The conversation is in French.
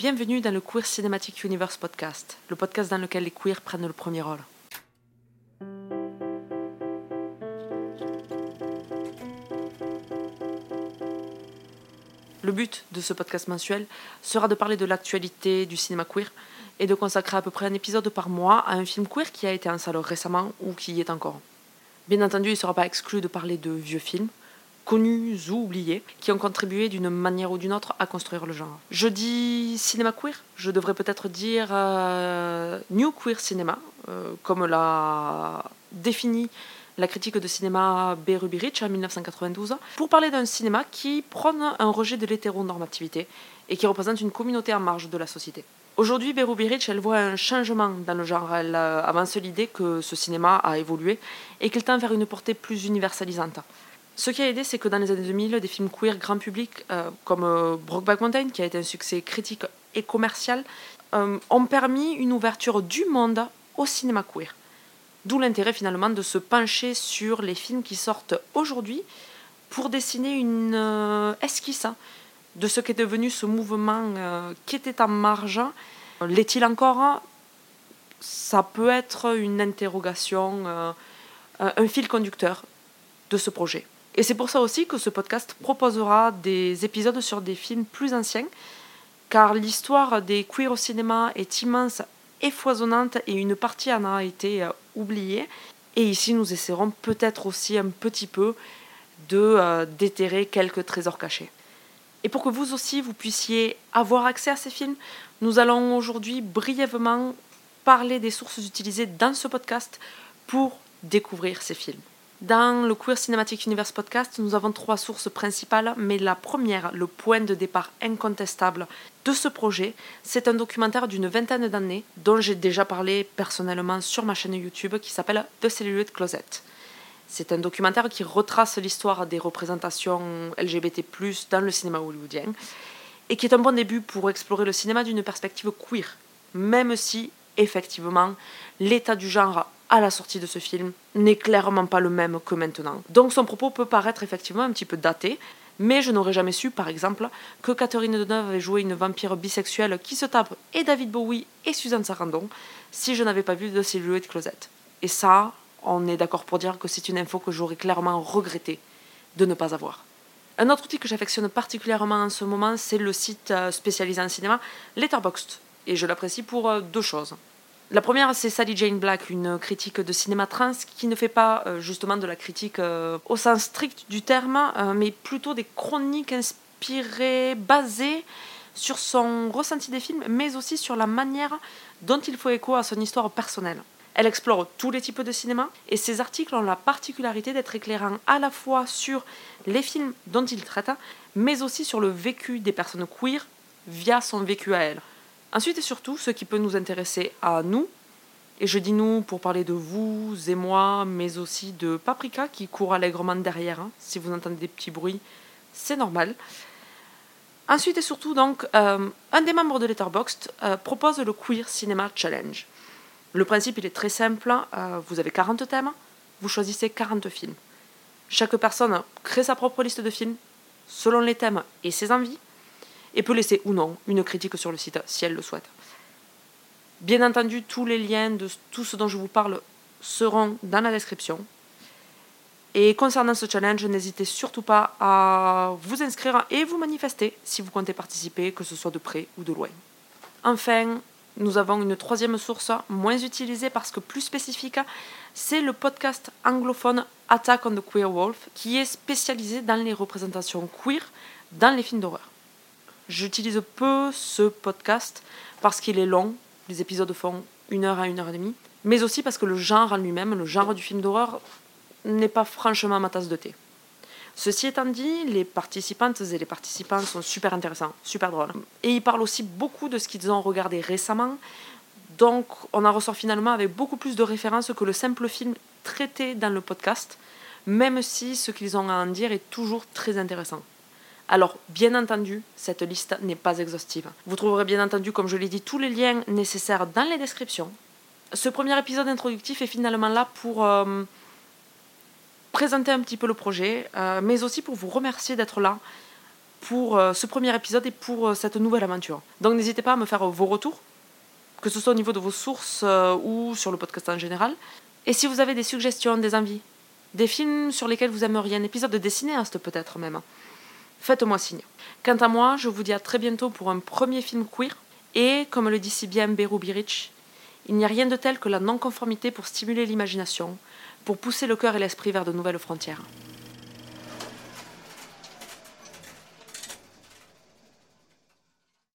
Bienvenue dans le Queer Cinematic Universe podcast, le podcast dans lequel les queers prennent le premier rôle. Le but de ce podcast mensuel sera de parler de l'actualité du cinéma queer et de consacrer à peu près un épisode par mois à un film queer qui a été en salle récemment ou qui y est encore. Bien entendu, il ne sera pas exclu de parler de vieux films, connus ou oubliés, qui ont contribué d'une manière ou d'une autre à construire le genre. Je dis cinéma queer, je devrais peut-être dire New Queer Cinema, comme l'a défini la critique de cinéma B. Ruby Rich en 1992, pour parler d'un cinéma qui prône un rejet de l'hétéronormativité et qui représente une communauté en marge de la société. Aujourd'hui, B. Ruby Rich, elle voit un changement dans le genre. Elle avance l'idée que ce cinéma a évolué et qu'il tend vers une portée plus universalisante. Ce qui a aidé, c'est que dans les années 2000, des films queer grand public, comme Brokeback Mountain, qui a été un succès critique et commercial, ont permis une ouverture du monde au cinéma queer. D'où l'intérêt finalement de se pencher sur les films qui sortent aujourd'hui pour dessiner une esquisse de ce qu'est devenu ce mouvement qui était en marge. L'est-il encore ? Ça peut être une interrogation, un fil conducteur de ce projet. Et c'est pour ça aussi que ce podcast proposera des épisodes sur des films plus anciens, car l'histoire des queers au cinéma est immense et foisonnante et une partie en a été oubliée. Et ici, nous essaierons peut-être aussi un petit peu de déterrer quelques trésors cachés. Et pour que vous aussi, vous puissiez avoir accès à ces films, nous allons aujourd'hui brièvement parler des sources utilisées dans ce podcast pour découvrir ces films. Dans le Queer Cinematic Universe podcast, nous avons 3 sources principales, mais la première, le point de départ incontestable de ce projet, c'est un documentaire d'une 20aine d'années dont j'ai déjà parlé personnellement sur ma chaîne YouTube qui s'appelle The Celluloid Closet. C'est un documentaire qui retrace l'histoire des représentations LGBT+, dans le cinéma hollywoodien et qui est un bon début pour explorer le cinéma d'une perspective queer, même si, effectivement, l'état du genre à la sortie de ce film n'est clairement pas le même que maintenant. Donc son propos peut paraître effectivement un petit peu daté, mais je n'aurais jamais su, par exemple, que Catherine Deneuve avait joué une vampire bisexuelle qui se tape et David Bowie et Suzanne Sarandon si je n'avais pas vu The Celluloid Closet. Et ça, on est d'accord pour dire que c'est une info que j'aurais clairement regretté de ne pas avoir. Un autre outil que j'affectionne particulièrement en ce moment, c'est le site spécialisé en cinéma Letterboxd, et je l'apprécie pour 2 choses. La première, c'est Sally Jane Black, une critique de cinéma trans qui ne fait pas justement de la critique au sens strict du terme, mais plutôt des chroniques inspirées, basées sur son ressenti des films, mais aussi sur la manière dont il faut écho à son histoire personnelle. Elle explore tous les types de cinéma et ses articles ont la particularité d'être éclairants à la fois sur les films dont il traite, mais aussi sur le vécu des personnes queer via son vécu à elle. Ensuite et surtout, ce qui peut nous intéresser à nous, et je dis nous pour parler de vous et moi, mais aussi de Paprika qui court allègrement derrière. Si vous entendez des petits bruits, c'est normal. Ensuite et surtout, donc, un des membres de Letterboxd propose le Queer Cinema Challenge. Le principe, il est très simple. Vous avez 40 thèmes, vous choisissez 40 films. Chaque personne crée sa propre liste de films, selon les thèmes et ses envies, et peut laisser ou non une critique sur le site si elle le souhaite. Bien entendu, tous les liens de tout ce dont je vous parle seront dans la description. Et concernant ce challenge, n'hésitez surtout pas à vous inscrire et vous manifester si vous comptez participer, que ce soit de près ou de loin. Enfin, nous avons une 3e source, moins utilisée parce que plus spécifique, c'est le podcast anglophone Attack on the Queer Wolf, qui est spécialisé dans les représentations queer dans les films d'horreur. J'utilise peu ce podcast parce qu'il est long, les épisodes font 1 heure à 1 heure et demie, mais aussi parce que le genre en lui-même, le genre du film d'horreur, n'est pas franchement ma tasse de thé. Ceci étant dit, les participantes et les participants sont super intéressants, super drôles. Et ils parlent aussi beaucoup de ce qu'ils ont regardé récemment, donc on en ressort finalement avec beaucoup plus de références que le simple film traité dans le podcast, même si ce qu'ils ont à en dire est toujours très intéressant. Alors, bien entendu, cette liste n'est pas exhaustive. Vous trouverez bien entendu, comme je l'ai dit, tous les liens nécessaires dans les descriptions. Ce premier épisode introductif est finalement là pour présenter un petit peu le projet, mais aussi pour vous remercier d'être là, pour ce premier épisode et pour cette nouvelle aventure. Donc n'hésitez pas à me faire vos retours, que ce soit au niveau de vos sources ou sur le podcast en général. Et si vous avez des suggestions, des envies, des films sur lesquels vous aimeriez un épisode de cinéaste peut-être même, faites-moi signe. Quant à moi, je vous dis à très bientôt pour un premier film queer. Et, comme le dit si bien Beru Biric, il n'y a rien de tel que la non-conformité pour stimuler l'imagination, pour pousser le cœur et l'esprit vers de nouvelles frontières.